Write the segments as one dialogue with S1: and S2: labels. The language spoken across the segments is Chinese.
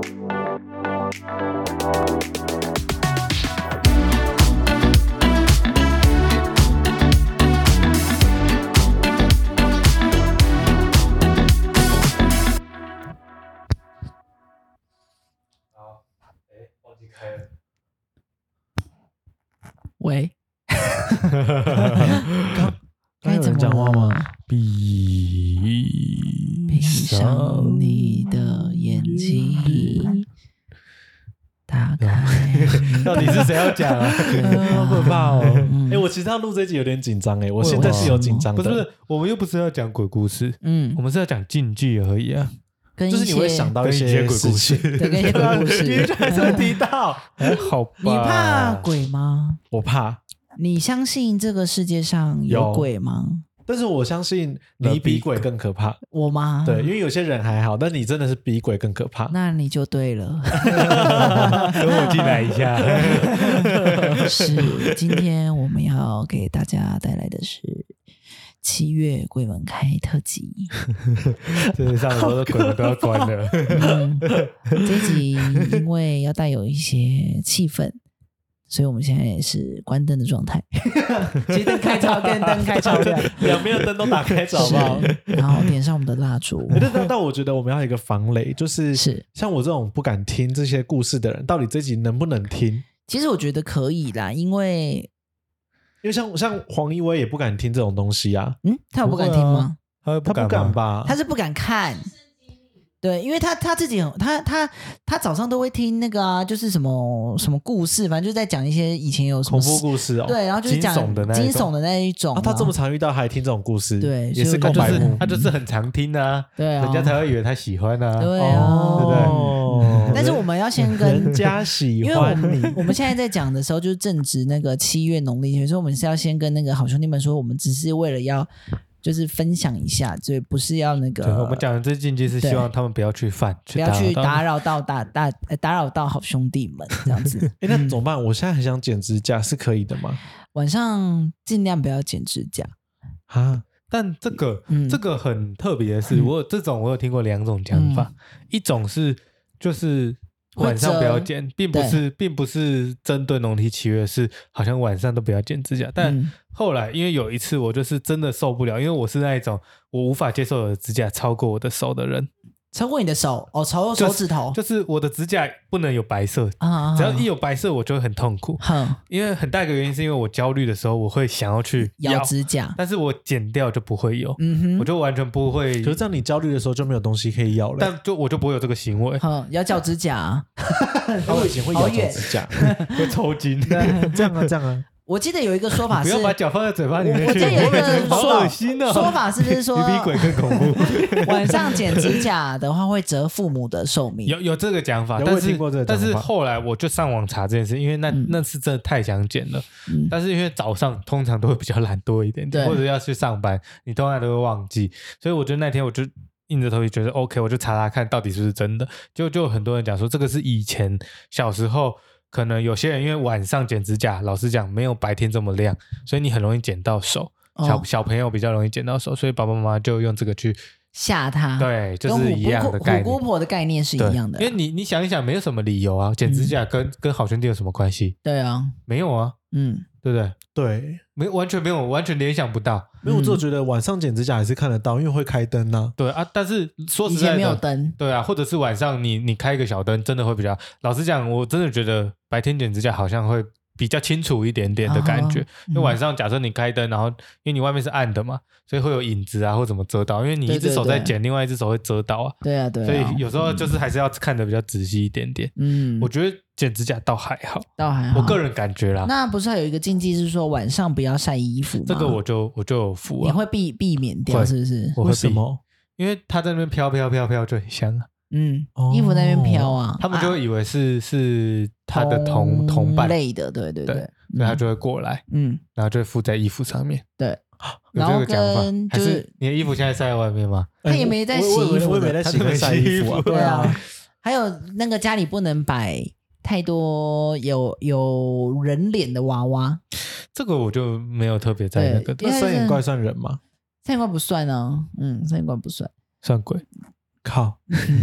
S1: 喂，
S2: 刚有人讲话吗？
S1: 闭上你的眼睛，打开。
S2: 到底是谁要讲啊？好可怕哦！我其实要录这集有点紧张我现在是有紧张的。
S3: 不是，我们又不是要讲鬼故事，我们是要讲禁忌而已啊。
S2: 就是你会想到一些鬼故事，
S1: 对，跟一些鬼故事，
S2: 你居然会提到，
S3: 好吧？
S1: 你怕鬼吗？
S2: 我怕。
S1: 你相信这个世界上有鬼吗？
S2: 但是我相信你比鬼更可怕。
S1: 我吗？
S2: 对，因为有些人还好，但你真的是比鬼更可怕。
S1: 那你就对了。
S3: 跟我进来一下。
S1: 是，今天我们要给大家带来的是7月鬼门开特辑。
S3: 真的上头的鬼门都要关了。
S1: 这集因为要带有一些气氛，所以我们现在也是关灯的状态。其实灯开超跟灯开超亮，
S2: 两边的灯都打开着好不好？
S1: 然后点上我们的蜡烛。
S2: 但我觉得我们要有一个防雷，就是像我这种不敢听这些故事的人，到底这集能不能听？
S1: 其实我觉得可以啦，因为
S2: 像黄一威也不敢听这种东西啊。
S1: 他有不敢听吗？
S3: 他不
S2: 敢吧？
S1: 他是不敢看。对，因为他自己他早上都会听那个啊，就是什么故事，反正就在讲一些以前有什么
S2: 恐怖故事哦。
S1: 对，然后就是讲惊悚的那一种。
S2: 他这么常遇到还听这种故事，
S1: 对，
S2: 也是够白目。
S3: 他就是很常听啊，
S1: 对啊，
S3: 人家才会以为他喜欢啊。
S1: 对啊，
S3: 对不对？
S1: 但是我们要先跟
S2: 人家喜欢你，
S1: 因为我们现在在讲的时候就是正值那个7月农历，所以我们是要先跟那个好兄弟们说，我们只是为了要就是分享一下，所以不是要那个。
S3: 我们讲的这禁忌是希望他们不要去犯，
S1: 不要去打扰到好兄弟们这样子。
S2: 那怎么办？我现在很想剪指甲，是可以的吗？
S1: 晚上尽量不要剪指甲
S2: 啊。
S3: 但这个很特别的是，我有听过2种讲法，一种是就是晚上不要剪，并不是针对农历7月，是好像晚上都不要剪指甲。但后来因为有一次我就是真的受不了，因为我是那一种我无法接受我的指甲超过我的手的人。
S1: 超过你的手哦，超过手指头，
S3: 就是我的指甲不能有白色，只要一有白色我就会很痛苦。因为很大一个原因是因为我焦虑的时候我会想要去
S1: 咬指甲，
S3: 但是我剪掉就不会有，我就完全不会。
S2: 可是这样你焦虑的时候就没有东西可以咬了，
S3: 但我就不会有这个行为。
S1: 要咬指甲，
S2: 我以前会咬脚指甲，
S3: 会抽筋。
S2: 这样啊。
S1: 我记得有一个说法是，
S3: 不要把脚放在嘴巴里面去。
S1: 我记得有一个
S3: 好恶心哦。
S1: 说法是不是说
S3: 比鬼更恐怖？
S1: 晚上剪指甲的话会折父母的寿命？
S3: 有这个讲法，但是后来我就上网查这件事，因为那是真的太想剪了。但是因为早上通常都会比较懒惰一点点，或者要去上班，你通常都会忘记，所以我觉得那天我就硬着头皮觉得 OK， 我就查看到底是不是真的。就很多人讲说这个是以前小时候。可能有些人因为晚上剪指甲，老实讲没有白天这么亮，所以你很容易剪到手。小朋友比较容易剪到手，所以爸爸妈妈就用这个去
S1: 吓他。
S3: 对，就是一样的概念。
S1: 虎姑婆的概念是一样的。
S3: 因为你想一想，没有什么理由啊，剪指甲跟好兄弟有什么关系？
S1: 对啊，
S3: 没有啊，对不对？
S2: 对，
S3: 完全联想不到。
S2: 因为我就觉得晚上剪指甲还是看得到，因为会开灯啊。
S3: 对啊，但是说实在的，
S1: 以前没有灯。
S3: 对啊，或者是晚上你开一个小灯，真的会比较。老实讲，我真的觉得白天剪指甲好像会比较清楚一点点的感觉。因为晚上假设你开灯，然后因为你外面是暗的嘛，所以会有影子啊或怎么遮到，因为你一只手在剪，另外一只手会遮到啊。
S1: 对啊。
S3: 所以有时候就是还是要看得比较仔细一点点。我觉得剪指甲倒还好，我个人感觉啦。
S1: 那不是还有一个禁忌是说晚上不要晒衣服吗？
S3: 这个我就有服啊。
S1: 你会避免掉是不是？
S3: 为
S2: 什么？
S3: 因为它在那边飘就很香啊。
S1: 衣服在那边飘啊，
S3: 他们就会以为是他的同伴
S1: 类的，对，
S3: 所以他就会过来，然后就会附在衣服上面。
S1: 对，
S3: 有这个讲法，还是你的衣服现在晒在外面吗？
S1: 他也没在洗衣服，
S2: 我也没在洗衣服啊。
S1: 对啊，还有那个家里不能摆太多有人脸的娃娃，
S3: 这个我就没有特别在那个。
S2: 那三眼怪算人吗？
S1: 三眼怪不算啊，三眼怪不算，
S3: 算鬼。
S2: 靠，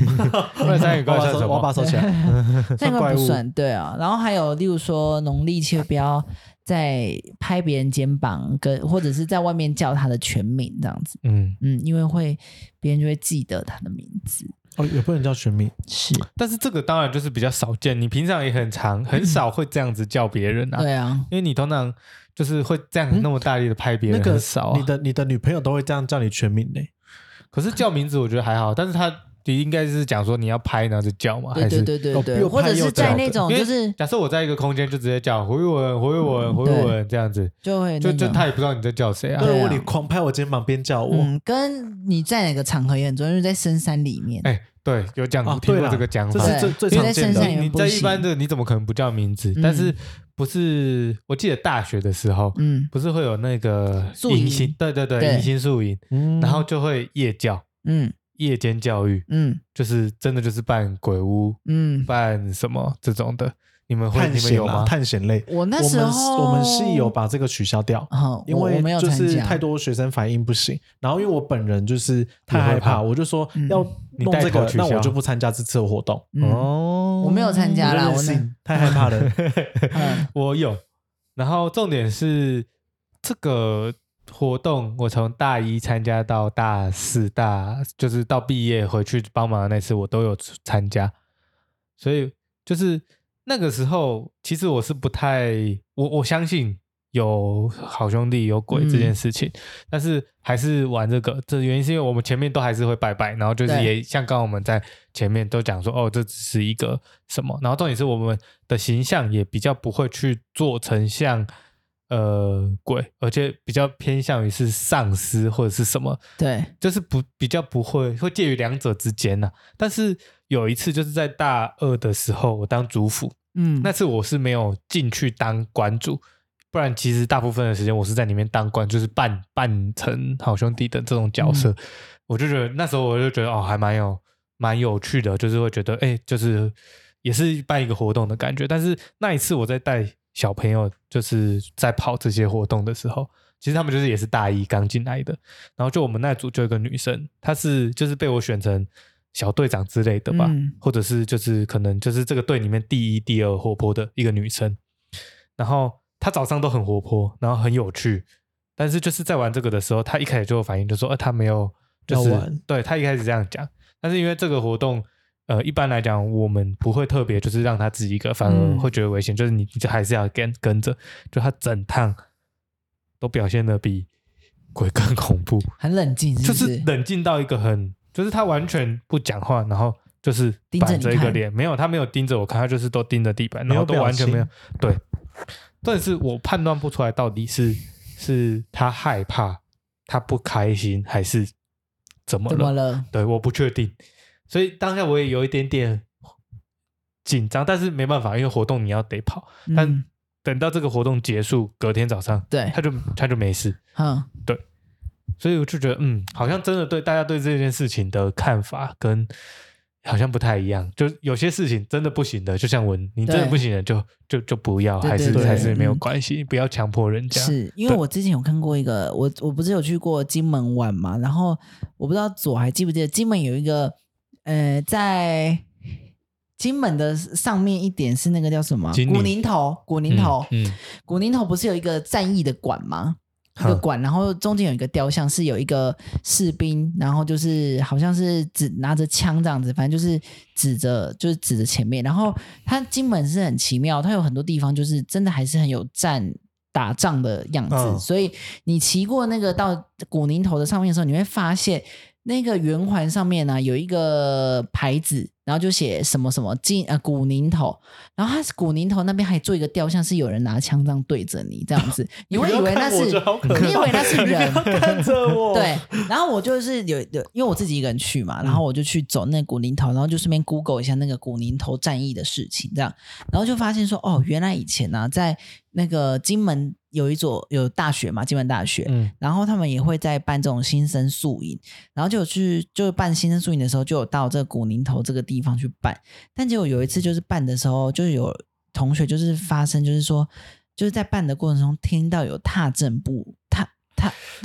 S3: 3个怪算什么？
S2: 我要把它收起来。
S1: 那个不算，对啊。然后还有例如说农历7月不要再拍别人肩膀，或者是在外面叫他的全名这样子。因为别人就会记得他的名字。
S2: 也不能叫全名。
S1: 是，
S3: 但是这个当然就是比较少见，你平常也很少会这样子叫别人啊。
S1: 对啊，
S3: 因为你通常就是会这样那么大力的拍别人，很少啊。
S2: 你的女朋友都会这样叫你全名呢？
S3: 可是叫名字我觉得还好，但是他应该是讲说你要拍然后就叫嘛，
S1: 对对对对对，或者是在那种就是
S3: 假设我在一个空间就直接叫胡玉文这样子，
S1: 就会
S3: 就他也不知道你在叫谁啊。
S2: 对，如果你狂拍我肩膀边叫我，
S1: 跟你在哪个场合也很重要，就是在深山里面。
S3: 对，有听过这个讲法，
S2: 这是最常见的。
S3: 你在一般的你怎么可能不叫名字？但是不是？我记得大学的时候，不是会有那个迎新，对，迎新宿营，然后就会夜叫，夜间教育，就是真的就是扮鬼屋，扮什么这种的。你们有吗？
S2: 探险类，
S1: 我那时候
S2: 我们系有把这个取消掉，因为就是太多学生反应不行。然后因为我本人就是太害怕，我就说要弄这个，那我就不参加这次的活动。
S1: 我没有参加啦，我
S2: 太害怕了。
S3: 我有。然后重点是这个活动，我从大1参加到大4，就是到毕业回去帮忙的那次，我都有参加。所以就是那个时候，其实我是不太我相信有好兄弟有鬼这件事情，但是还是玩这个。这原因是因为我们前面都还是会拜拜，然后就是也像刚刚我们在前面都讲说，这只是一个什么，然后重点是我们的形象也比较不会去做成像鬼，而且比较偏向于是丧尸或者是什么，
S1: 对，
S3: 就是比较不会介于两者之间啊。但是有一次就是在大2的时候，我当主辅，那次我是没有进去当馆主，不然其实大部分的时间我是在里面当官，就是扮成好兄弟的这种角色。我就觉得那时候我就觉得还蛮有趣的，就是会觉得就是也是办一个活动的感觉。但是那一次我在带小朋友就是在跑这些活动的时候，其实他们就是也是大1刚进来的，然后就我们那组就有一个女生，她是就是被我选成小队长之类的吧，或者是就是可能就是这个队里面第1、第2活泼的一个女生。然后她早上都很活泼，然后很有趣，但是就是在玩这个的时候，她一开始就有反应，就说她没有就是对，她一开始这样讲。但是因为这个活动一般来讲我们不会特别就是让她自己一个，反而会觉得危险，就是你就还是要跟着，就她整趟都表现得比鬼更恐怖，
S1: 很冷静是不是？
S3: 就是冷静到一个就是她完全不讲话，然后就是板着一个脸，没有，她没有盯着我看，她就是都盯着地板，然后都完全没有。对，但是我判断不出来到底是她害怕，她不开心，还是怎么了？对，我不确定。所以当下我也有一点点紧张，但是没办法，因为活动你要得跑。但等到这个活动结束，隔天早上，
S1: 对，
S3: 他就没事。对，所以我就觉得，好像真的对大家对这件事情的看法跟好像不太一样。就有些事情真的不行的，就像你真的不行的就不要，还是没有关系，不要强迫人家。
S1: 是因为我之前有看过一个，我不是有去过金门玩嘛，然后我不知道左还记不记得，金门有一个在金门的上面一点是那个叫什么古宁头，古宁头不是有一个战役的馆吗？一个馆，然后中间有一个雕像，是有一个士兵，然后就是好像是拿着枪这样子，反正就是指着前面。然后它金门是很奇妙，它有很多地方就是真的还是很有打仗的样子，所以你骑过那个到古宁头的上面的时候，你会发现那个圆环上面呢有一个牌子，然后就写什么什么古宁头，然后它古宁头那边还做一个雕像，是有人拿枪这样对着你这样子，你会以为那是你以为那是人，
S2: 看着我。
S1: 对，然后我就是有因为我自己一个人去嘛，然后我就去走那个古宁头，然后就顺便 Google 一下那个古宁头战役的事情，这样，然后就发现说原来以前呢在那个金门有大学嘛，金门大学，然后他们也会在办这种新生宿营，然后就办新生宿营的时候，就有到这个古宁头这个地方去办，但结果有一次就是办的时候，就有同学就是发生，就是说就是在办的过程中听到有踏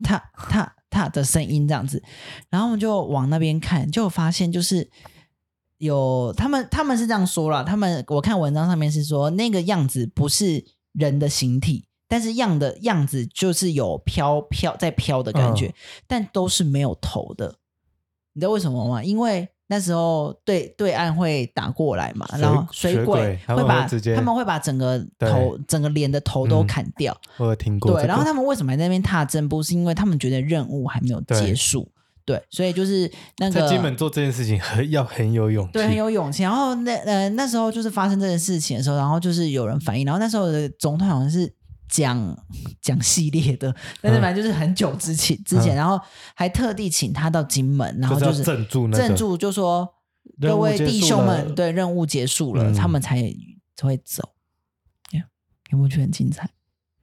S1: 踏的声音这样子，然后我们就往那边看，就发现就是有他们是这样说啦，我看文章上面是说那个样子不是人的形体，但是样子就是有在飘的感觉，但都是没有头的。你知道为什么吗？因为那时候对岸会打过来嘛，然后水鬼他们会把整个脸的头都砍掉。
S3: 我有听过、
S1: 对，然后他们为什么在那边踏正步？是因为他们觉得任务还没有结束。对，所以就是那个
S3: 在金门做这件事情要很有勇气，
S1: 对，很有勇气。然后那时候就是发生这件事情的时候，然后就是有人反映，然后那时候的总统好像是讲系列的，但是反正就是很久之前，然后还特地请他到金门，然后就是
S3: 镇住，
S1: 就说各位弟兄们，对，任务结束了，他们才会走。有没有觉得很精彩？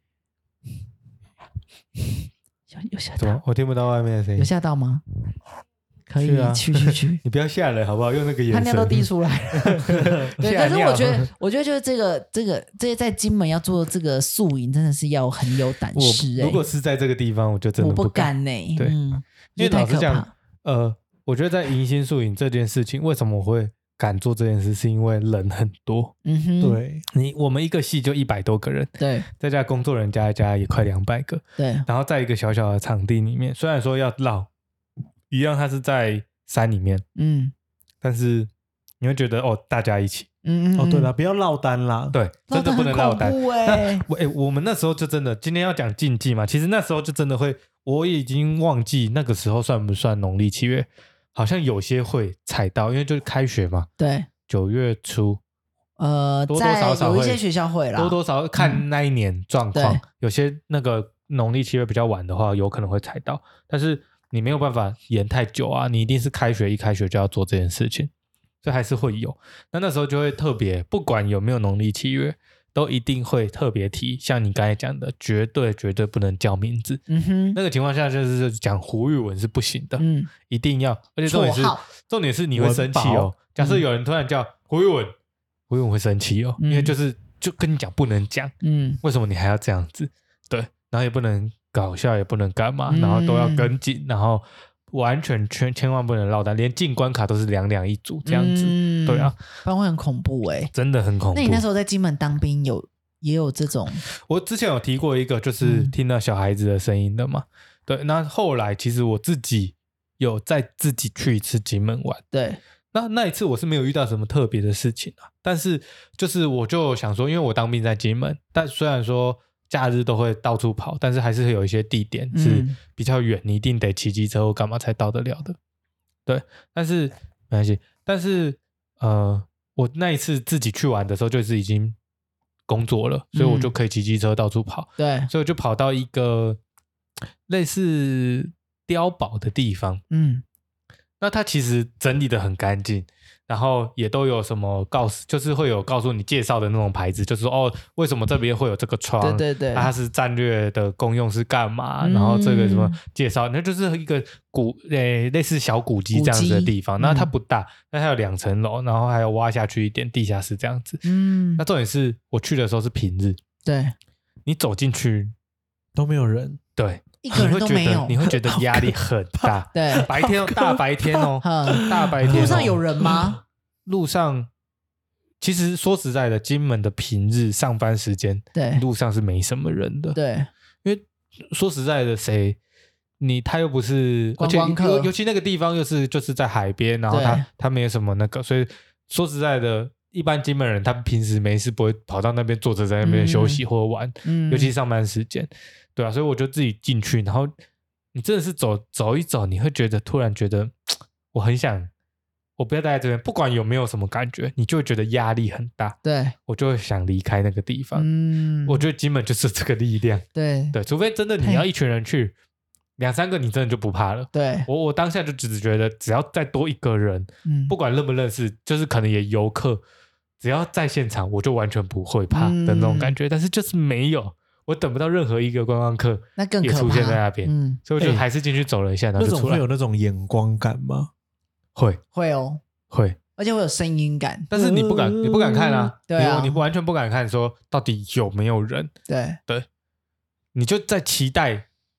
S1: 有吓到？
S3: 我听不到外面的声音。
S1: 有吓到吗？可以去
S3: 你不要吓人好不好？用那个眼神，
S1: 他尿都滴出来了。对，但是我觉得就是这些在金门要做这个宿营，真的是要很有胆识。
S3: 如果是在这个地方，我就真的
S1: 不敢
S3: 呢。对，因为老实讲，我觉得在迎新宿营这件事情，为什么我会敢做这件事，是因为人很多。对，我们一个系就100多个人，
S1: 对，
S3: 再加工作人员加一加也快200个，
S1: 对。
S3: 然后在一个小小的场地里面，虽然说要绕，一样它是在山里面，但是你会觉得大家一起，
S2: 对了，不要落单啦，
S3: 对，真的不能落单。
S1: 我
S3: 们那时候就真的，今天要讲禁忌嘛，其实那时候就真的会，我已经忘记那个时候算不算农历7月。好像有些会踩到，因为就是开学嘛，
S1: 对
S3: ，9月初，多多少少
S1: 有一些学校会啦，
S3: 多多少少看那一年状况，有些那个农历7月比较晚的话，有可能会踩到，但是你没有办法延太久啊，你一定是一开学就要做这件事情，所以还是会有。那时候就会特别，不管有没有农历7月。都一定会特别提，像你刚才讲的，绝对不能叫名字。那个情况下就是讲胡语文是不行的，一定要，而且重点是你会生气哦。假设有人突然叫胡语文会生气哦，因为就跟你讲不能讲，为什么你还要这样子？对，然后也不能搞笑，也不能干嘛，然后都要跟进，然后完全千万不能落单，连进关卡都是2一组这样子，对啊，
S1: 不然会很恐怖
S3: 真的很恐怖。
S1: 那你那时候在金门当兵也有这种？
S3: 我之前有提过一个，就是听到小孩子的声音的嘛，对。那后来其实我自己有再自己去一次金门玩，
S1: 对。
S3: 那一次我是没有遇到什么特别的事情啊，但是就是我就想说，因为我当兵在金门，但虽然说假日都会到处跑，但是还是会有一些地点是比较远，你一定得骑机车或干嘛才到得了的。对，但是没关系。但是我那一次自己去玩的时候，就是已经工作了，所以我就可以骑机车到处跑。
S1: 对，
S3: 所以我就跑到一个类似碉堡的地方。那它其实整理的很干净。然后也都有什么就是会有告诉你介绍的那种牌子，就是说为什么这边会有这个窗，
S1: 对，
S3: 它是战略的功用是干嘛，然后这个什么介绍，那就是一个类似小古迹这样子的地方。那它不大，但它有2层楼，然后还有挖下去一点地下室这样子。那重点是我去的时候是平日，
S1: 对，
S3: 你走进去
S2: 都没有人，
S3: 对，
S1: 一个人都没有，
S3: 你会觉得压力很大。
S1: 对，
S3: 大白天哦，大白天。
S1: 路上有人吗？
S3: 路上其实说实在的，金门的平日上班时间，
S1: 对，
S3: 路上是没什么人的。
S1: 对，
S3: 因为说实在的，他又不是
S1: 观光客，
S3: 尤其那个地方就是在海边，然后他没有什么那个，所以说实在的，一般金门人他平时没事不会跑到那边坐着在那边休息或者玩，尤其上班时间，对啊，所以我就自己进去，然后你真的是走一走，你会突然觉得我很想。我不要待在这边，不管有没有什么感觉，你就会觉得压力很大。
S1: 对，
S3: 我就会想离开那个地方。我觉得金门就是这个力量。
S1: 对，
S3: 除非真的你要一群人去，2、3个你真的就不怕了。
S1: 对，
S3: 我当下就只觉得，只要再多一个人，不管认不认识，就是可能也游客，只要在现场，我就完全不会怕的那种感觉。但是就是没有，我等不到任何一个观光客也出现在那边，所以我就还是进去走了一下，然后就出来。
S2: 那种会有那种眼光感吗？
S1: 会哦，
S3: 会，
S1: 而且会有声音感，
S3: 但是你不敢看啊，
S1: 对啊，
S3: 你完全不敢看，说到底有没有人，
S1: 对，
S3: 你就在期待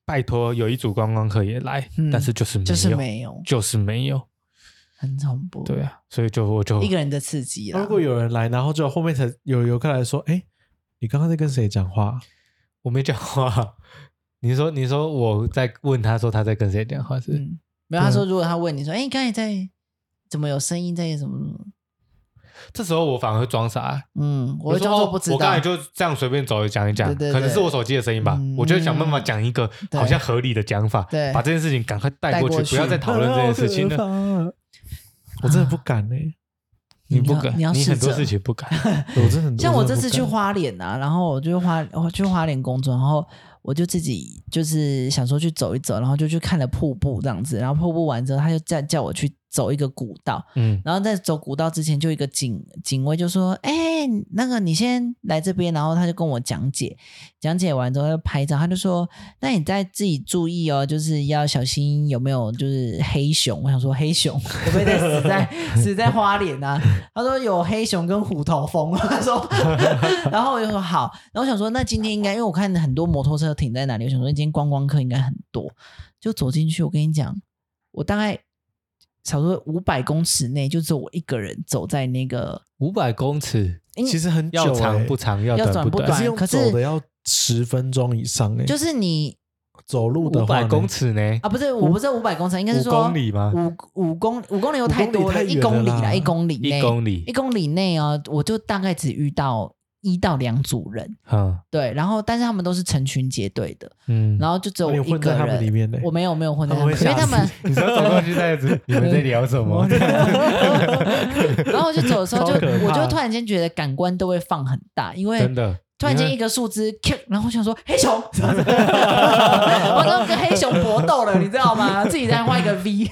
S3: 拜托有一组观光客也来，但是就是没有，
S1: 很恐怖。
S3: 对啊，所以我就
S1: 一个人的刺激啦。
S2: 如果有人来，然后就后面才有游客来说，你刚刚在跟谁讲话？
S3: 我没讲话。你说我在问他说他在跟谁讲话是？
S1: 没有，他说如果他问你说，你刚才在怎么有声音在什么？
S3: 这时候我反而会装傻，
S1: 我会装作不知道。
S3: 我刚才就这样随便走讲一讲，可能是我手机的声音吧，我就想办法讲一个好像合理的讲法，把这件事情赶快带过去，不要再讨论这件事情了。
S2: 我真的不敢
S3: 你不敢，
S1: 你
S3: 很多事情不敢。
S2: 我真的
S1: 像我这次去花莲啊，然后我去花莲工作，然后我就自己就是想说去走一走，然后就去看了瀑布这样子，然后瀑布完之后，他就叫我去走一个古道，然后在走古道之前，就一个警卫就说：“那个你先来这边。”然后他就跟我讲解完之后，他就拍照，他就说：“那你再自己注意哦，就是要小心有没有就是黑熊。”我想说黑熊会不会再死在花莲啊？他说有黑熊跟虎头蜂，他说，然后我就说好，然后我想说那今天应该因为我看很多摩托车停在那里，我想说今天观光客应该很多，就走进去，我跟你讲，我大概差不多500公尺内就只有我一个人走在那个
S3: 500公尺，
S2: 其实很久
S3: 要长不长，要短不
S2: 短，可是走的要10分钟以上
S1: 就是你
S2: 走路的话
S3: 500公尺呢？
S1: 啊，不是，我不是500公尺，应该是说
S3: 5公里吗
S1: ？5公里又太多了，1公里啦，1公里内
S3: ，1
S1: 公里内啊，我就大概只遇到1到2组人，对，然后但是他们都是成群结队的，然后就只有我一个人，
S2: 混在他们里面的，
S1: 我没有混在他们，因为他们
S3: 你说走过去这样子，你们在聊什么？
S1: 然后我就走的时候我就突然间觉得感官都会放很大，因为
S3: 真的。
S1: 突然间一个树枝，然后我想说黑熊，我都跟黑熊搏斗了，你知道吗？自己再画一个 V，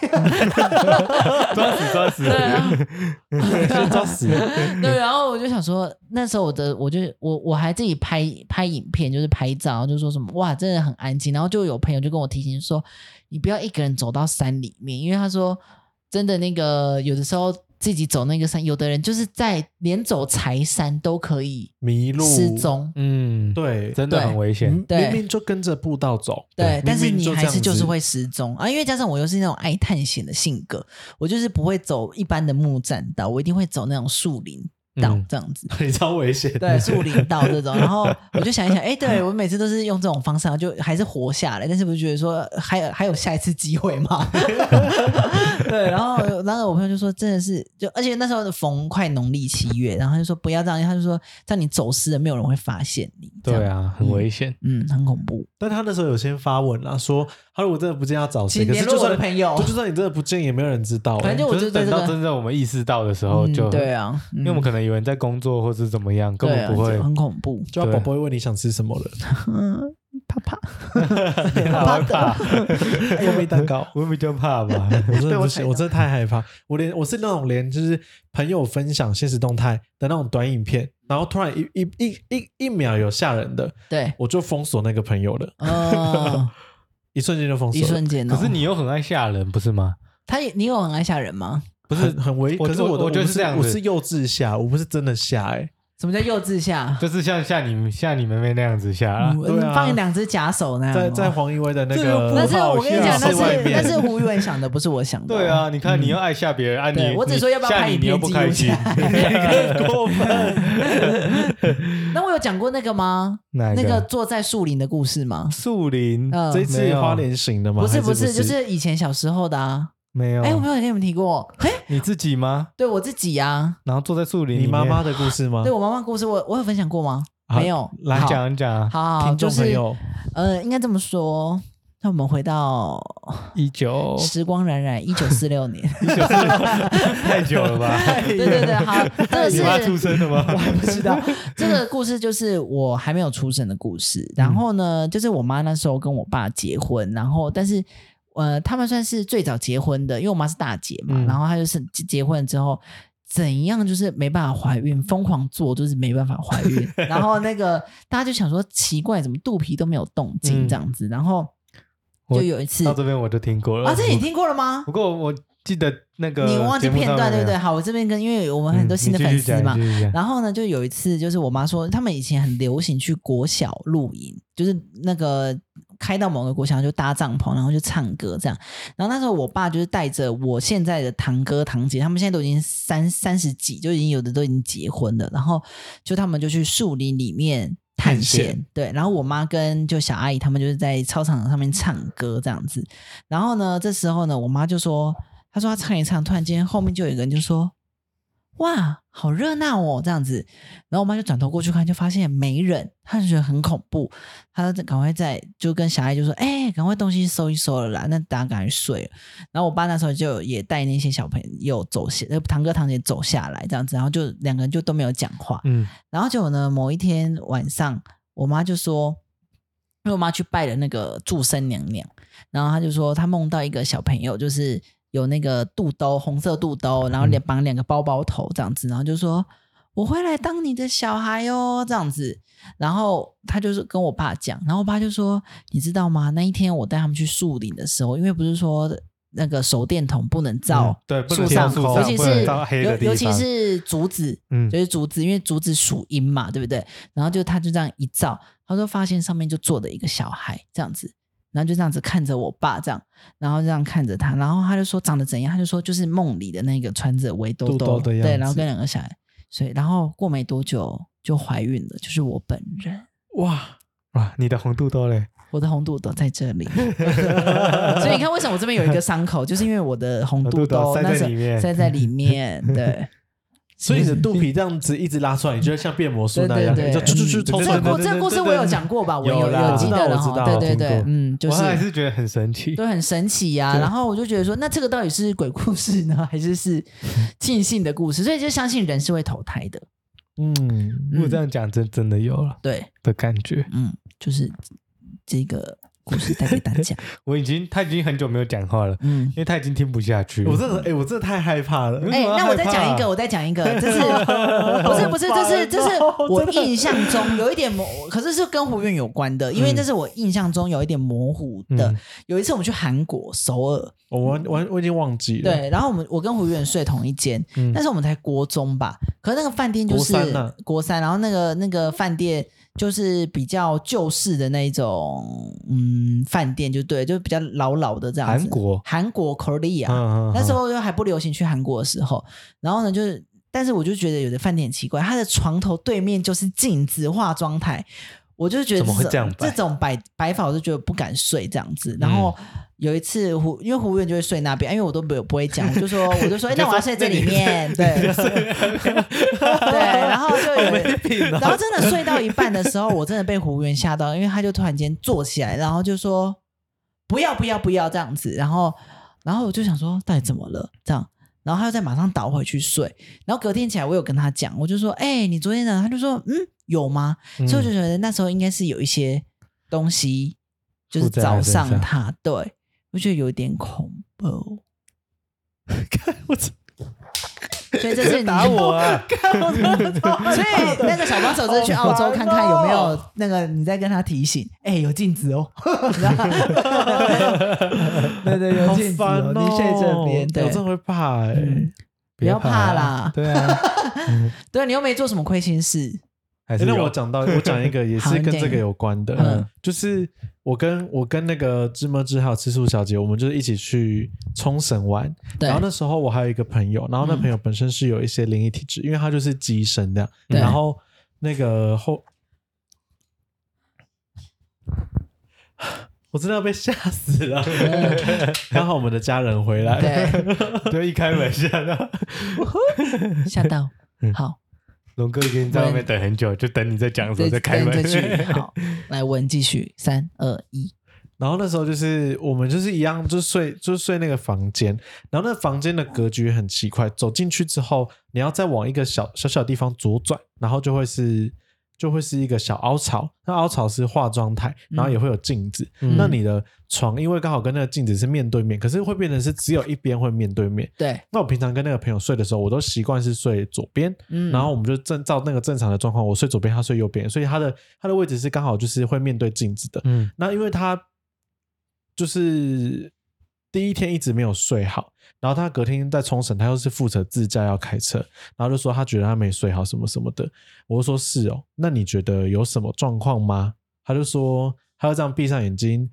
S3: 抓死，
S2: 对，抓死。
S1: 对，然后我就想说，那时候我还自己拍影片，就是拍照，就说什么哇，真的很安静。然后就有朋友就跟我提醒说，你不要一个人走到山里面，因为他说真的那个有的时候。自己走那个山，有的人就是在连走柴山都可以
S2: 迷路
S1: 失踪，
S2: 对，
S3: 真的很危险。
S2: 明明就跟着步道走，
S1: 对，但是你还是就是会失踪啊！因为加上我又是那种爱探险的性格，我就是不会走一般的木栈道，我一定会走那种树林道这样子，
S2: 你超危险。
S1: 对，树林道这种，然后我就想一想，对我每次都是用这种方式，就还是活下来，但是不是觉得说还有下一次机会吗？对，然后我朋友就说真的是而且那时候逢快农历7月，然后他就说不要这样，他就说这样你走失了，没有人会发现你。
S3: 对啊，很危险，
S1: 很恐怖。
S2: 但他那时候有先发文啦，说他如果真的不见要找谁，
S1: 可是就算
S2: 朋友，就算你真的不见，也没有人知道。
S1: 反正我就
S3: 等到真正我们意识到的时候，就
S1: 对啊，
S3: 因为我们可能有人在工作或是怎么样，根本不会，
S1: 很恐怖。
S2: 就宝宝会问你想吃什么了，
S1: 怕，
S2: 又没蛋糕，
S3: 我比较怕吧。
S2: 我真的不行，我真的太害怕。我是那种连就是朋友分享现实动态的那种短影片，然后突然一秒有吓人的，
S1: 对，
S2: 我就封锁那个朋友了。一瞬间就封锁了，
S1: 一瞬间。
S3: 可是你又很爱吓人，不是吗？
S1: 你有很爱吓人吗？
S2: 不是很危，可是
S3: 我觉得是这样子，
S2: 我是幼稚吓，我不是真的吓。
S1: 什么叫幼稚吓？
S3: 就是像你妹妹那样子吓啊！
S2: 对啊，
S1: 放2只假手那样。
S2: 在黄一威的那个，
S1: 但是我跟你讲，那是胡宇文想的，不是我想的。
S3: 对啊，你看你又爱吓别人，
S1: 对我只说要不要拍影片记录起来。
S2: 过分。
S1: 那我有讲过那个吗？那个坐在树林的故事吗？
S3: 树林，
S2: 这次花莲行的吗？
S1: 不是，就是以前小时候的啊。
S3: 没有，
S1: 我没有跟你们提过。
S3: 你自己吗？
S1: 对，我自己啊。
S3: 然后坐在树林里面，
S2: 你妈妈的故事吗？
S1: 对，我妈妈的故事，我有分享过吗？没有，
S3: 来讲一讲。
S1: 好，
S2: 听众朋友，
S1: 应该这么说。那我们回到时光荏苒1946年
S3: 太久了吧？
S1: 对，好，这个是
S3: 你妈出生的吗？
S1: 我还不知道。这个故事就是我还没有出生的故事。然后呢，就是我妈那时候跟我爸结婚，然后但是他们算是最早结婚的，因为我妈是大姐嘛，然后她就是结婚之后怎样就是没办法怀孕，疯狂做就是没办法怀孕。然后那个大家就想说奇怪，怎么肚皮都没有动静这样子，然后就有一次
S3: 到这边我就听过了
S1: 啊，这你听过了吗？
S3: 不过我记得那个
S1: 你忘记片段对不对？好，我这边因为我们很多新的粉丝嘛，然后呢就有一次就是我妈说他们以前很流行去国小露营，就是那个开到某个国小就搭帐篷，然后就唱歌这样。然后那时候我爸就是带着我现在的堂哥堂姐，他们现在都已经30几，就已经有的都已经结婚了，然后就他们就去树林里面探险，对，然后我妈跟就小阿姨他们就是在操场上面唱歌这样子。然后呢这时候呢我妈就说，她说她唱一唱，突然间后面就有一个人就说，哇好热闹哦这样子。然后我妈就转头过去看，就发现没人，她就觉得很恐怖，她赶快就跟小阿姨就说，赶快东西收一收了啦，那大家赶快睡了。然后我爸那时候就也带那些小朋友堂哥堂姐走下来这样子，然后就两个人就都没有讲话。然后结果呢某一天晚上我妈就说，因为我妈去拜了那个祝生娘娘，然后她就说她梦到一个小朋友就是有那个肚兜，红色肚兜，然后绑2个包包头这样子，然后就说我会来当你的小孩哦这样子。然后他就是跟我爸讲，然后我爸就说，你知道吗，那一天我带他们去树林的时候，因为不是说那个手电筒不能照树上，尤其是竹子，就是竹子，因为竹子属阴嘛，对不对？然后他就这样一照，他就发现上面就坐的一个小孩这样子，然后就这样子看着我爸这样，然后这样看着他，然后他就说长得怎样，他就说就是梦里的那个穿着围兜兜的样子，对，然后跟2个小孩，所以然后过没多久就怀孕了，就是我本人。
S3: 哇，你的红肚兜嘞？
S1: 我的红肚兜在这里所以你看为什么我这边有一个伤口，就是因为我的红肚兜塞在里面对。
S2: 所以你的肚皮这样子一直拉出来，你就像变魔术那样，
S1: 对，
S2: 就抽出来。
S1: 这个故事我有讲过吧？我有记得了，对，就是
S3: 我还是觉得很神奇，
S1: 对，很神奇呀。然后我就觉得说，那这个到底是鬼故事呢，还是庆幸的故事？所以就相信人是会投胎的。
S3: 如果这样讲，真的有了
S1: 对
S3: 的感觉。
S1: 就是这个故事带给大家。
S3: 他已经很久没有讲话了，因为他已经听不下去了。
S2: 我真的太害怕了。
S1: 那我再讲一个，这是不是这是我印象中有一点可是跟胡愿有关的，因为这是我印象中有一点模糊的。有一次我们去韩国首尔，
S2: 我已经忘记了。
S1: 对，然后我跟胡愿睡同一间，但是我们才国中吧，可是那个饭店就是国三，然后那个饭店就是比较旧式的那种饭店，就对，就比较老的这样子。韩国 Korea，那时候就还不流行去韩国的时候，然后呢就是但是我就觉得有的饭店很奇怪，他的床头对面就是镜子化妆台，我就觉得
S3: 怎么会这样
S1: 这种摆法我就觉得不敢睡这样子。然后有一次因为胡愿就会睡那边，因为我都不会讲，我就说那我要睡这里面，对对，然后就然后真的睡到一半的时候，我真的被胡愿吓到，因为他就突然间坐起来，然后就说不要这样子，然后我就想说到底怎么了这样，然后他又再马上倒回去睡，然后隔天起来我有跟他讲，我就说你昨天呢？他就说有吗？所以我就觉得那时候应该是有一些东西就是早上他对我觉得有点恐怖
S2: 看我
S1: 所以这是你
S3: 打我啊
S1: 所以那个小帮手就是去澳洲看看有没有那个你再跟他提醒有镜子哦对有镜子哦，你睡这边，对，
S2: 我真的会怕
S1: 不要怕啦，
S3: 对啊
S1: 对，你又没做什么亏心事。
S2: 那我讲一个也是跟这个有关的，就是我跟那个芝麻汁还有吃素小姐，我们就是一起去冲绳玩。然后那时候我还有一个朋友，然后那朋友本身是有一些灵异体质，因为他就是乩身这样。然后那个我真的要被吓死了。刚好我们的家人回来，
S3: 对，一开门
S1: 吓到，好。
S3: 龙哥已经在外面等很久，就等你在讲的时候再开门。
S1: 好，来文继续，3、2、1。
S2: 然后那时候就是我们就是一样，就睡那个房间，然后那房间的格局很奇怪，走进去之后，你要再往一个小地方左转，然后就会是一个小凹槽，那凹槽是化妆台，然后也会有镜子。那你的床因为刚好跟那个镜子是面对面，可是会变成是只有一边会面对面。
S1: 对。
S2: 那我平常跟那个朋友睡的时候，我都习惯是睡左边，然后我们就照那个正常的状况，我睡左边，他睡右边，所以他的位置是刚好就是会面对镜子的。那因为他就是第一天一直没有睡好，然后他隔天在冲绳，他又是负责自驾要开车，然后就说他觉得他没睡好什么什么的。我就说是哦，那你觉得有什么状况吗？他就说他就这样闭上眼睛，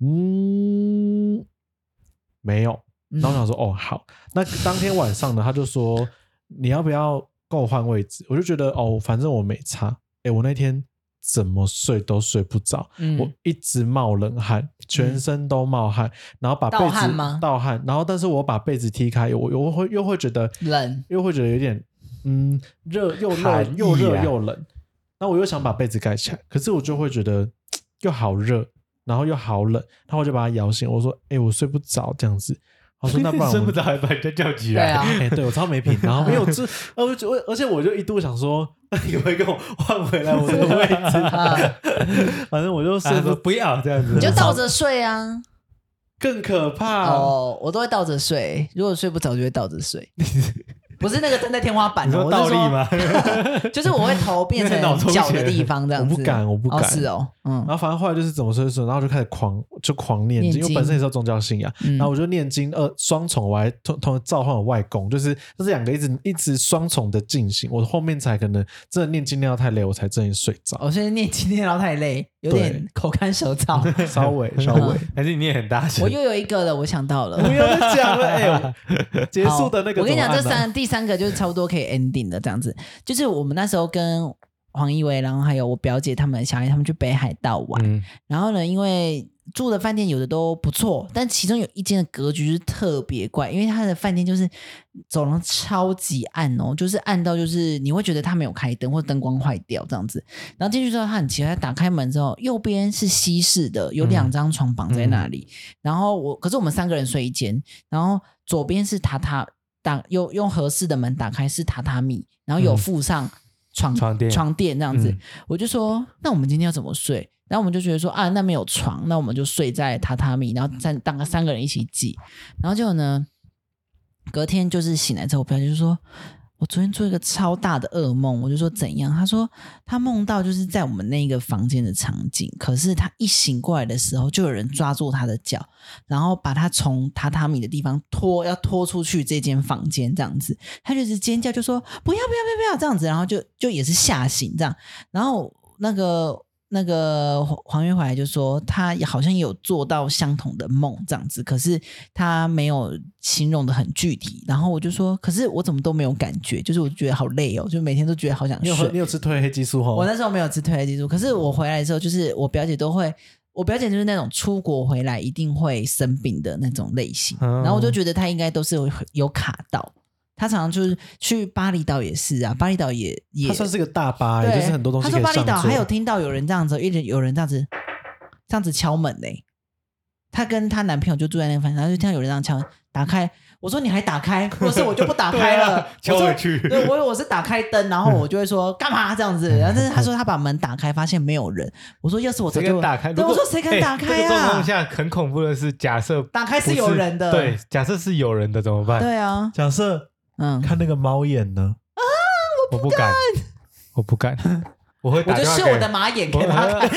S2: 没有。然后我想说哦好，那当天晚上呢，他就说你要不要跟我换位置？我就觉得哦，反正我没差。我那天怎么睡都睡不着，我一直冒冷汗，全身都冒汗，然后把被子盗汗，然后但是我把被子踢开，我又会觉得
S1: 冷，
S2: 又会觉得有点热，又热又冷。然后我又想把被子盖起来，可是我就会觉得又好热，然后又好冷，然后我就把他摇醒，我说我睡不着这样子。我说那不然
S3: 睡不着还把人家叫起来，
S2: 对我超没品。然后没有而且我就一度想说，你可不可以跟我换回来我的位置？反正我就睡
S3: 不要这样子，
S1: 你就倒着睡啊，
S2: 更可怕
S1: 我都会倒着睡，如果睡不着就会倒着睡。不是那个站在天花板，
S3: 你说倒立吗？
S1: 就是我会头变成脚的地方这样子。
S2: 我不敢。
S1: 是哦，
S2: 然后反正后来就是怎么睡，然后就开始狂念经，因为本身也是有宗教信仰。然后我就念经双重，我还同召唤我外公，就是这两个一直双重的进行，我后面才可能真的念经念到太累，我才真的睡着。
S1: 我现在念经念到太累，有点口干舌燥，
S2: 稍微，
S3: 还是你念很大声？
S1: 我又有一个了，我想到了，
S2: 不要再讲了，结束的那个，
S1: 我跟你讲，第三个就是差不多可以 ending 的这样子，就是我们那时候跟黄一威，然后还有我表姐他们小孩他们去北海道玩，然后呢，因为住的饭店有的都不错，但其中有一间的格局是特别怪，因为它的饭店就是走廊超级暗哦，就是暗到就是你会觉得它没有开灯或灯光坏掉这样子。然后进去之后它很奇怪，打开门之后右边是西式的，有2张床绑在那里，然后可是我们3个人睡一间，然后左边是用合适的门打开是榻榻米，然后有附上床垫这样子。我就说那我们今天要怎么睡？然后我们就觉得说啊，那没有床，那我们就睡在榻榻米，然后当个3个人一起挤。然后结果呢，隔天就是醒来之后，我表姐就说我昨天做一个超大的噩梦。我就说怎样？她说她梦到就是在我们那个房间的场景，可是她一醒过来的时候，就有人抓住她的脚，然后把她从榻榻米的地方要拖出去这间房间这样子。她就是尖叫，就说不要这样子，然后就也是吓醒这样。然后那个黄月怀就说他好像也有做到相同的梦这样子，可是他没有形容的很具体。然后我就说可是我怎么都没有感觉，就是我觉得好累哦，就每天都觉得好想睡。
S2: 你有吃褪黑激素？
S1: 我那时候没有吃褪黑激素，可是我回来的时候就是我表姐就是那种出国回来一定会生病的那种类型，然后我就觉得她应该都是有卡到。他常常就是去巴厘岛也是啊，巴厘岛也
S2: 他算是个大巴，就是很多东西可以上座。
S1: 他说巴厘岛还有听到有人这样子，有人这样子敲门嘞。她跟她男朋友就住在那个房间，然后就听到有人这样敲门，打开。我说你还打开，或者是我就不打开了，
S3: 敲回去。
S1: 对，我是打开灯，然后我就会说干嘛这样子。然后但是他说他把门打开，发现没有人。我说要是我早就
S3: 打开。
S1: 对，我说谁敢打开啊？
S3: 这个状况下很恐怖的是，假设
S1: 打开是有人的，
S3: 对，假设是有人的怎么办？
S1: 对啊，
S2: 假设看那个猫眼呢？
S3: 我不敢，我会打电话给
S1: 我就秀我的马眼给他看。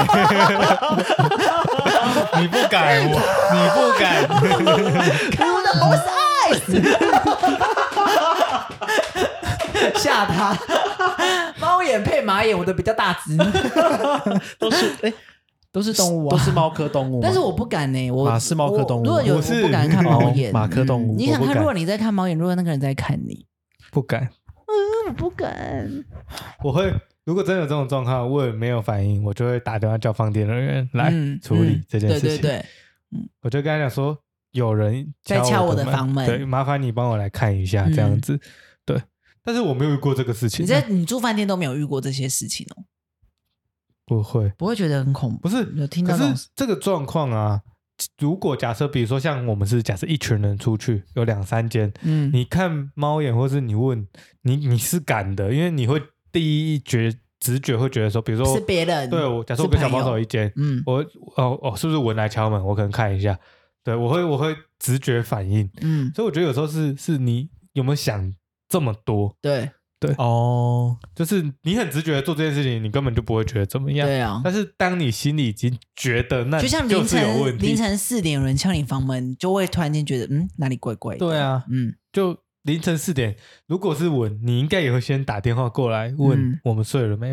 S3: 你不敢，
S1: 看我的Boss Eyes， 吓他。猫眼配马眼，我的比较大只。都是动物啊，
S2: 都是猫科动物。
S1: 但是我不敢呢，
S2: 马是猫科动物。
S1: 如果我不敢看猫眼，
S2: 马科动物。
S1: 你想看，如果你在看猫眼，如果那个人在看你，
S3: 不敢。
S1: 我不敢。
S3: 我会，如果真的有这种状况，我也没有反应，我就会打电话叫饭店人员来处理这件事情。
S1: 对，
S3: 我就跟他讲说，有人
S1: 在敲我的房门，
S3: 对，麻烦你帮我来看一下，这样子。对，但是我没有遇过这个事情。
S1: 你住饭店都没有遇过这些事情哦？
S3: 不会
S1: 觉得很恐怖？
S3: 不是，
S1: 有听到。
S3: 可是这个状况啊，如果假设比如说像我们是假设一群人出去有2-3间，你看猫眼或是你问你是敢的，因为你会第一直觉会觉得说，比如说
S1: 是别人，
S3: 对，我假设我跟小帮手一间，我是不是闻来敲门，我可能看一下，对，我会直觉反应，所以我觉得有时候是你有没有想这么多，
S1: 对
S3: 就是你很直觉的做这件事情，你根本就不会觉得怎么样。
S1: 对啊，
S3: 但是当你心里已经觉得那
S1: 就像
S3: 凌晨
S1: 4点有人敲你房门，就会突然间觉得哪里怪怪的。
S3: 对啊，就凌晨4点，如果是你应该也会先打电话过来问我们睡了没吧？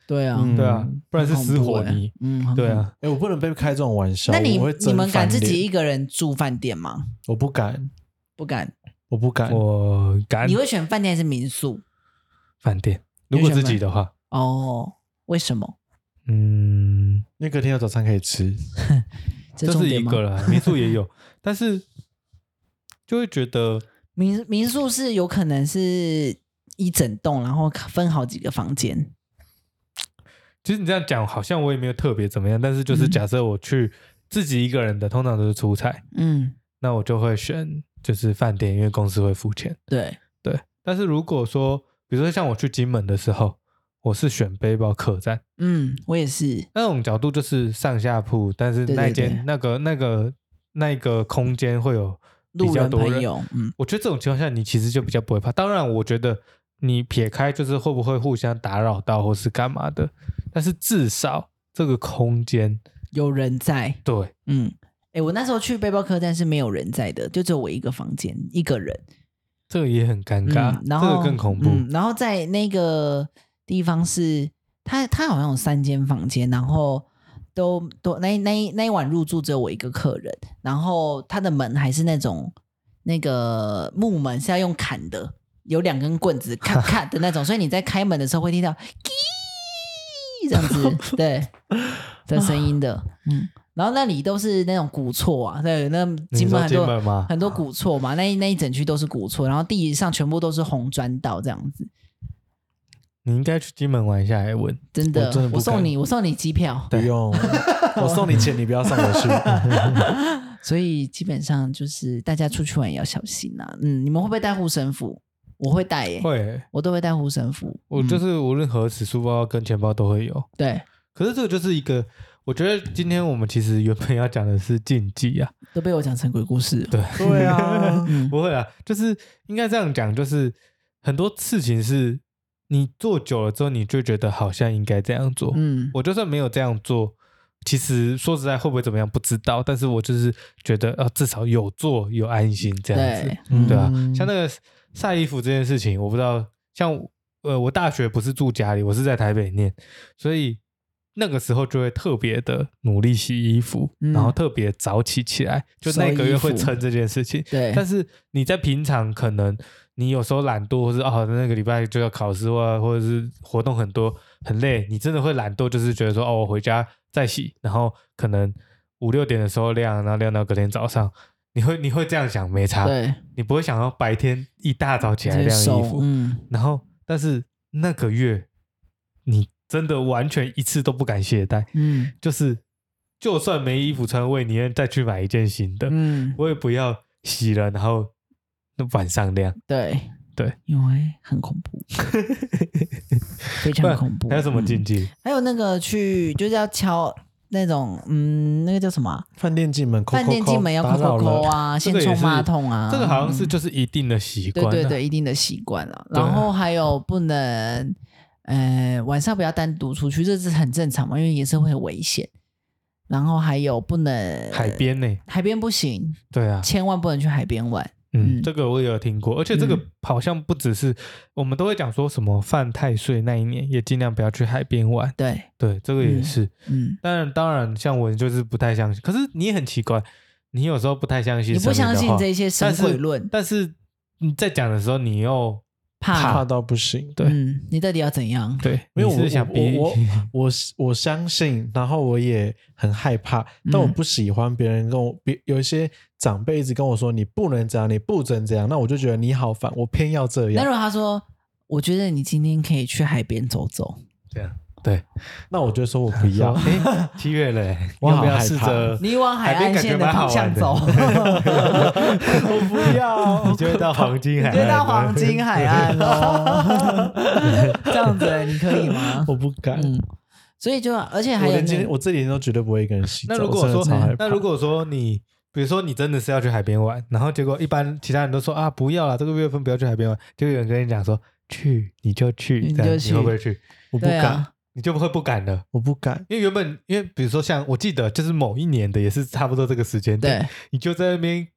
S1: 对啊，
S3: 对啊，不然是失火泥。对啊。
S2: 我不能被开这种玩笑。
S1: 那你们敢自己一个人住饭店吗？
S2: 我不敢，
S1: 不敢，
S2: 我不敢，
S3: 我敢。
S1: 你会选饭店还是民宿？
S3: 饭店，如果自己的话。
S1: 哦，为什么？
S2: 因为隔天有早餐可以吃。
S3: 这是一个啦，民宿也有，但是就会觉得
S1: 民宿是有可能是一整栋，然后分好几个房间。
S3: 其实你这样讲，好像我也没有特别怎么样，但是就是假设我去自己一个人的，通常都是出差，那我就会选就是饭店，因为公司会付钱。
S1: 对。
S3: 但是如果说，比如说像我去金门的时候，我是选背包客栈。
S1: 我也是。
S3: 那种角度就是上下铺，但是那间那个空间会有比较多人。我觉得这种情况下，你其实就比较不会怕。当然，我觉得你撇开就是会不会互相打扰到或是干嘛的，但是至少这个空间
S1: 有人在。
S3: 对，
S1: 我那时候去背包客栈是没有人在的，就只有我一个房间，一个人。
S3: 这个也很尴尬，这个更恐怖。
S1: 然后在那个地方是他好像有3间房间，然后都那一晚入住只有我一个客人，然后他的门还是那种那个木门是要用砍的，有2根棍子咔咔的那种，所以你在开门的时候会听到这样子对的声音的。然后那里都是那种古厝啊，对，那金门很多古厝嘛，那一整区都是古厝，然后地上全部都是红砖道这样子。
S3: 你应该去金门玩一下，艾文。
S1: 真的，我送你机票。
S2: 不用，我送你钱，你不要送我去。
S1: 所以基本上就是大家出去玩也要小心啊。你们会不会带护身符？我会带耶，
S3: 会，
S1: 我都会带护身符。
S3: 我就是无论何时书包跟钱包都会有。
S1: 对，
S3: 可是这个就是一个。我觉得今天我们其实原本要讲的是禁忌啊，
S1: 都被我讲成鬼故事。
S2: 对啊，
S3: 不会啊，就是应该这样讲，就是很多事情是你做久了之后，你就觉得好像应该这样做。我就算没有这样做，其实说实在会不会怎么样不知道，但是我就是觉得至少有做有安心这样子，对啊。像那个晒衣服这件事情，我不知道，像我大学不是住家里，我是在台北念，所以。那个时候就会特别的努力洗衣服，然后特别早起来，就那个月会撑这件事情。
S1: 对，
S3: 但是你在平常可能你有时候懒惰，或是那个礼拜就要考试或者是活动很多很累，你真的会懒惰，就是觉得说我回家再洗，然后可能5、6点的时候晾，然后晾到隔天早上，你会这样想没差，
S1: 对，
S3: 你不会想要白天一大早起来晾衣服，然后但是那个月你。真的完全一次都不敢懈怠，就是就算没衣服穿，我也宁愿再去买一件新的，我也不要洗了然后晚上晾。对，
S1: 因为很恐怖，非常恐怖。
S3: 还有什么禁忌？
S1: 还有那个就是要敲那种那个叫什么？
S2: 饭店进门
S1: 要扣扣啊，先冲马桶啊，
S3: 这个好像是就是一定的习惯，
S1: 对，一定的习惯了。然后还有不能。晚上不要单独出去，这是很正常嘛，因为也是会很危险。然后还有不能
S3: 海边呢，
S1: 海边不行，
S3: 对啊，
S1: 千万不能去海边玩。
S3: 这个我也有听过，而且这个好像不只是我们都会讲说什么犯太岁那一年也尽量不要去海边玩。
S1: 对，
S3: 这个也是。当然，像我就是不太相信，可是你也很奇怪，你有时候不太相信，
S1: 你不相信这些神鬼论，
S3: 但是你在讲的时候，你又。
S2: 怕到不行，
S3: 对，
S1: 你到底要怎样？
S3: 对，
S2: 因为我相信，然后我也很害怕，但我不喜欢别人有一些长辈一直跟我说你不能这样，你不准这样，那我就觉得你好烦，我偏要这样。
S1: 那如果他说，我觉得你今天可以去海边走走，
S3: 这样。对，
S2: 那我就说我不要。
S3: 7月了，要不要试着
S1: 你往海岸线的方向走？
S2: 我不要，
S3: 你就会到黄金海岸，
S1: 你就会到黄金海岸哦。这样子你可以吗？
S2: 我不敢。
S1: 所以就而且还有
S2: 我这几天都绝对不会一个人洗澡。
S3: 那如果说你，比如说你真的是要去海边玩，然后结果一般其他人都说这个月份不要去海边玩，就有人跟你讲说去你就去，你会不会去？
S2: 我不敢。
S3: 你就会不敢了？
S2: 我不敢，
S3: 因为比如说像我记得就是某一年的也是差不多这个时间，对，你就在那边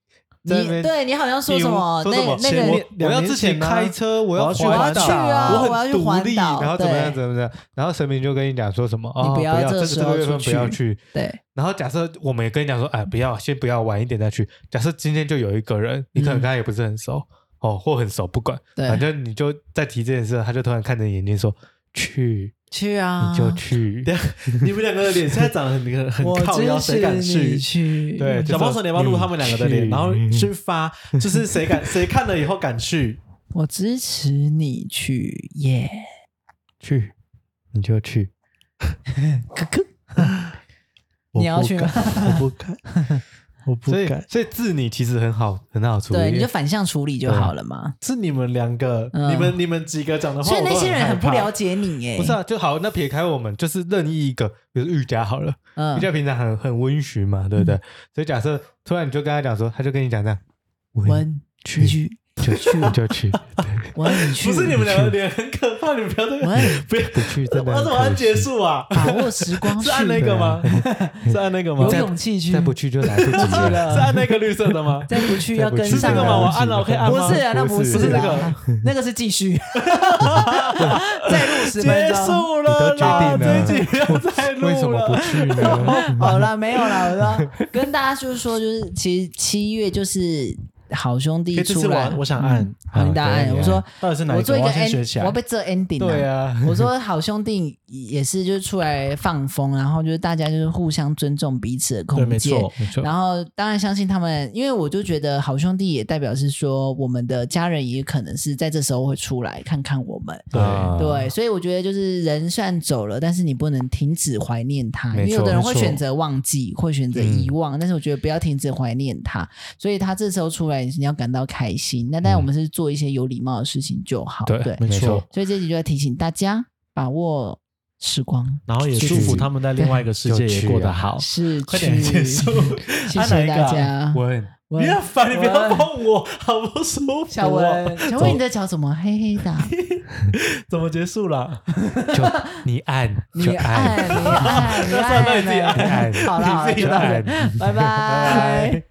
S1: 对你好像说什么那个
S3: 我要自己开车，我要去环岛，
S1: 我要去环岛，
S3: 然后怎么样，然后神明就跟你讲说什么
S1: 你不要
S3: 这个月份不要去，
S1: 对。
S3: 然后假设我们也跟你讲说，先不要晚一点再去。假设今天就有一个人，你可能跟他也不是很熟或很熟，不管，反正你就在提这件事，他就突然看着眼睛说去
S1: 啊，
S3: 你就去。
S2: 你们两个的脸现在长得很靠腰，谁敢去？对，小帮手，你要不要录他们两个的脸，然后去发，就是谁看了以后敢去？
S1: 我支持你去耶，
S3: 去你就去。
S1: 哥哥，你要去吗？
S2: 我不敢，
S3: 所以治你其实很好处理，
S1: 对，你就反向处理就好了嘛。
S2: 是你们两个，你们几个讲的话，
S1: 所以那些人很不了解你耶。
S3: 不是啊，就好，那撇开我们，就是任意一个，比如玉佳好了，玉佳平常很温驯嘛，对不对？所以假设突然你就跟他讲说，他就跟你讲这样，
S1: 温去。
S3: 就去，
S1: 我你去，
S2: 不是你们两个脸很可怕，你不要
S3: 不去，真的。
S2: 我怎么按结束啊？
S1: 把握时光，
S2: 是按那个吗？是按那个吗？
S1: 有勇气去，
S3: 再不去就来不及了。
S2: 是按那个绿色的吗？
S1: 再不去要跟上。
S2: 是这个吗？我按了，我可以按吗？
S1: 不是啊，那不是
S2: 那个，
S1: 那个是继续。再录10分钟，
S2: 结束了，
S3: 你都决定了，
S2: 这一集不要再录了。
S3: 为什么不去呢？
S1: 好了，没有了，我说跟大家就是说，就是其实7月就是好兄弟出来，
S2: 我想按，
S1: 好，你大家按。我说
S2: 到底是哪一个？我先学起来。
S1: 我要被这 ending。
S3: 对啊，
S1: 我说好兄弟也是就是出来放风，然后就是大家就是互相尊重彼此的空间。
S2: 没错，没错。
S1: 然后当然相信他们，因为我就觉得好兄弟也代表是说我们的家人也可能是在这时候会出来看看我们。对，所以我觉得就是人虽然走了，但是你不能停止怀念他，因为有的人会选择忘记，会选择遗忘，但是我觉得不要停止怀念他。所以他这时候出来，你要感到开心。那当然我们是做一些有礼貌的事情就好。
S2: 对，没错。
S1: 所以这集就要提醒大家把握时光，
S2: 然后也祝福他们在另外一个世界也过得好。
S1: 是，
S2: 快点结束，
S1: 谢谢大家。
S2: 你要烦，你不要碰我，好不舒服。
S1: 小文，请问你的脚怎么黑黑的？
S2: 怎么结束了？
S3: 就你按，
S1: 你按，
S2: 那你自己按。
S1: 好了，拜拜。